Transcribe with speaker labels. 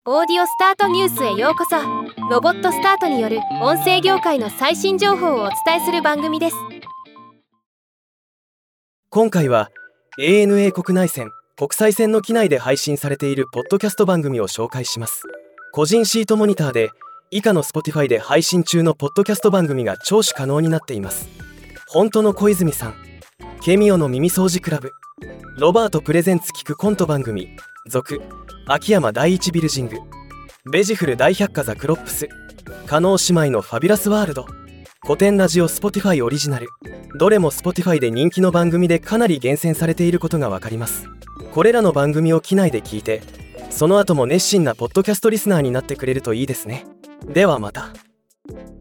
Speaker 1: オーディオスタートニュースへようこそ。ロボットスタートによる音声業界の最新情報をお伝えする番組です。
Speaker 2: 今回は ANA 国内線、国際線の機内で配信されているポッドキャスト番組を紹介します。個人シートモニターで以下の Spotify で配信中のポッドキャスト番組が聴取可能になっています。本当の小泉さん、ケミオの耳掃除クラブ、ロバートプレゼンツ聞くコント番組続、秋山第一ビルジング、ベジフル大百科ザクロップス、加納姉妹のファビュラスワールド、古典ラジオ Spotify オリジナル、どれも Spotify で人気の番組でかなり厳選されていることがわかります。これらの番組を機内で聞いて、その後も熱心なポッドキャストリスナーになってくれるといいですね。ではまた。